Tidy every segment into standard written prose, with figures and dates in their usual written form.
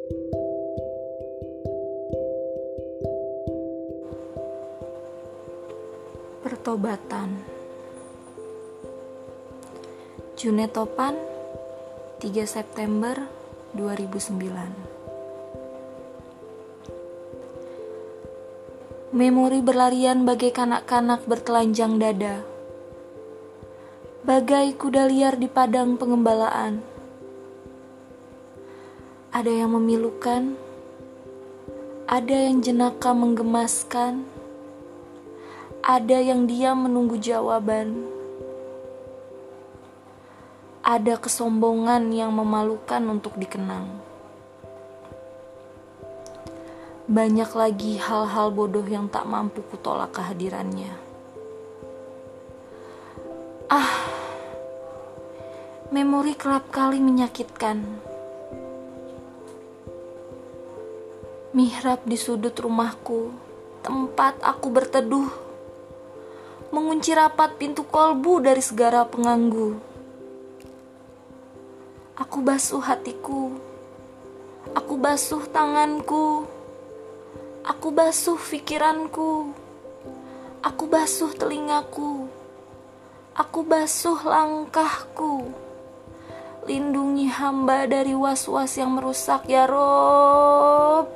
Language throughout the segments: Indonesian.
Pertobatan. Junet Topan, 3 September 2009. Memori berlarian bagai kanak-kanak bertelanjang dada, bagai kuda liar di padang pengembalaan. Ada yang memilukan, ada yang jenaka menggemaskan, ada yang diam menunggu jawaban. Ada kesombongan yang memalukan untuk dikenang. Banyak lagi hal-hal bodoh yang tak mampu kutolak kehadirannya. Memori kerap kali menyakitkan. Mihrab di sudut rumahku, tempat aku berteduh, mengunci rapat pintu kolbu dari segara pengganggu. Aku basuh hatiku, aku basuh tanganku, aku basuh pikiranku, aku basuh telingaku, aku basuh langkahku. Lindungi hamba dari was-was yang merusak, ya Rob.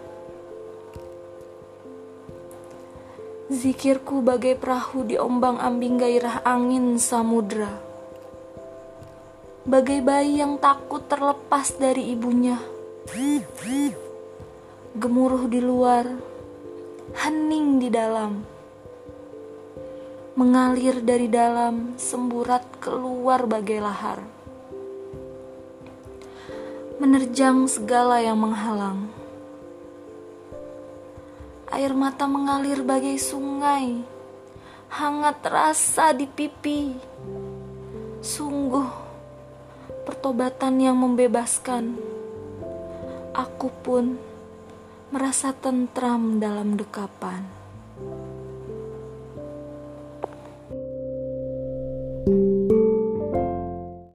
Zikirku bagai perahu diombang-ambing gairah angin samudra, bagai bayi yang takut terlepas dari ibunya. Gemuruh di luar, hening di dalam, mengalir dari dalam, semburat keluar bagai lahar, menerjang segala yang menghalang. Air mata mengalir bagai sungai, hangat terasa di pipi. Sungguh pertobatan yang membebaskan. Aku pun merasa tentram dalam dekapan.